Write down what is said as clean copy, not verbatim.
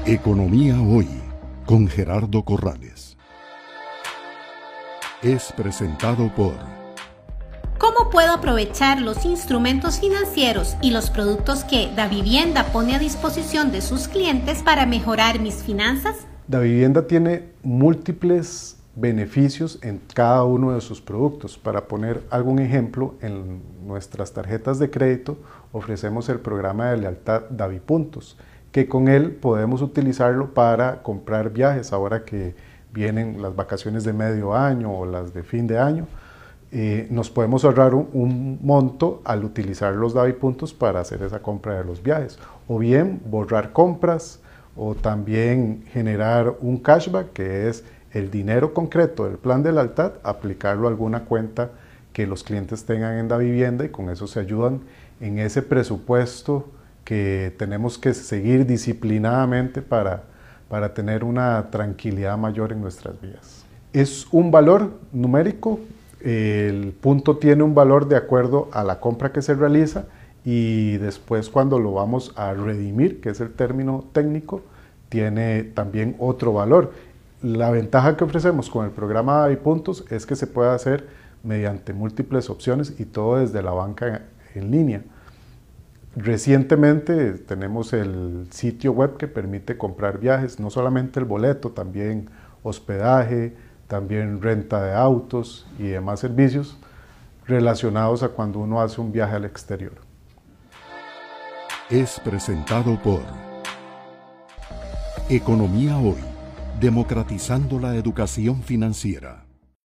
Economía Hoy, con Gerardo Corrales. Es presentado por... ¿Cómo puedo aprovechar los instrumentos financieros y los productos que Davivienda pone a disposición de sus clientes para mejorar mis finanzas? Davivienda tiene múltiples beneficios en cada uno de sus productos. Para poner algún ejemplo, en nuestras tarjetas de crédito ofrecemos el programa de lealtad Davipuntos, que con él podemos utilizarlo para comprar viajes ahora que vienen las vacaciones de medio año o las de fin de año. Nos podemos ahorrar un monto al utilizar los Davipuntos para hacer esa compra de los viajes, o bien borrar compras, o también generar un cashback, que es el dinero concreto del plan de lealtad, aplicarlo a alguna cuenta que los clientes tengan en Davivienda, y con eso se ayudan en ese presupuesto que tenemos que seguir disciplinadamente para tener una tranquilidad mayor en nuestras vidas. Es un valor numérico. El punto tiene un valor de acuerdo a la compra que se realiza, y después cuando lo vamos a redimir, que es el término técnico, tiene también otro valor. La ventaja que ofrecemos con el programa Davipuntos es que se puede hacer mediante múltiples opciones y todo desde la banca en línea. Recientemente tenemos el sitio web que permite comprar viajes, no solamente el boleto, también hospedaje, también renta de autos y demás servicios relacionados a cuando uno hace un viaje al exterior. Es presentado por Economía Hoy, democratizando la educación financiera.